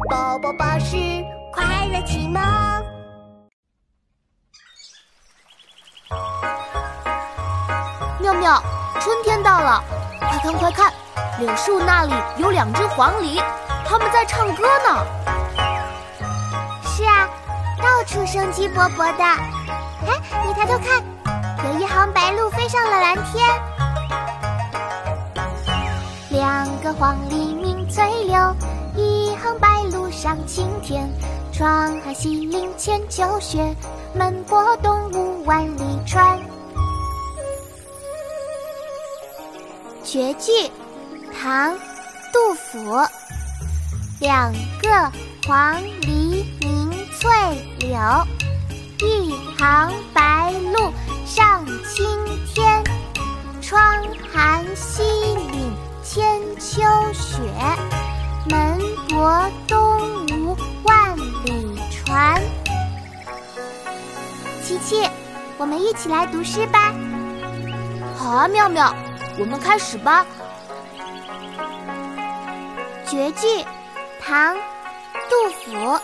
宝宝巴士快乐启蒙。 妙妙，春天到了，快看快看，柳树那里有2只黄鹂，它们在唱歌呢。 是啊，到处生机勃勃的。哎，你抬头看，有一行白鹭飞上了蓝天。2个黄鹂鸣翠柳，一行白鹭上青天。窗含西岭千秋雪，门泊东吴万里船。绝句，唐·杜甫。2个黄鹂鸣翠柳，一行白鹭上青天。窗含西岭千秋雪，门泊东吴万里船。琪琪，我们一起来读诗吧。 好啊，妙妙，我们开始吧。 绝句，唐·杜甫。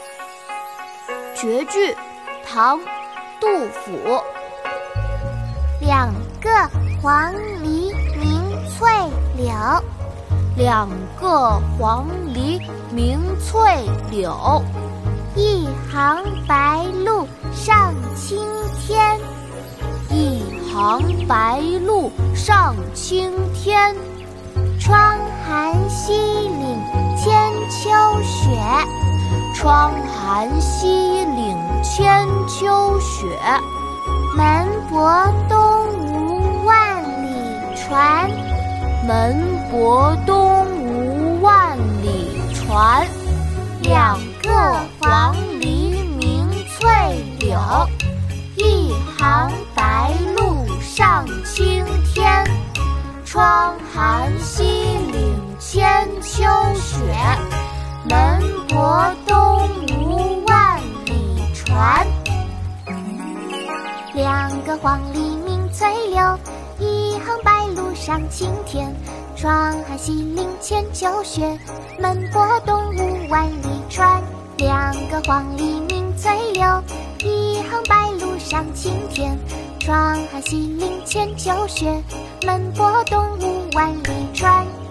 绝句，唐·杜甫。 2个黄鹂鸣翠柳 ，2个黄鹂鸣翠柳， 一行白鹭上青天。 一行白鹭上青天。 窗含西岭千秋雪， 窗含西岭千秋雪。 门泊东吴万里船， 门泊东吴万里船。 2个黄鹂鸣翠柳，一行白鹭上青天。窗含西岭千秋雪，门泊东吴万里船。2个黄鹂鸣翠柳，一行白鹭上青天。窗含西岭千秋雪，门泊东吴万里船。2个黄鹂鸣翠柳，一行白鹭上青天。窗含西岭千秋雪，门泊东吴万里船。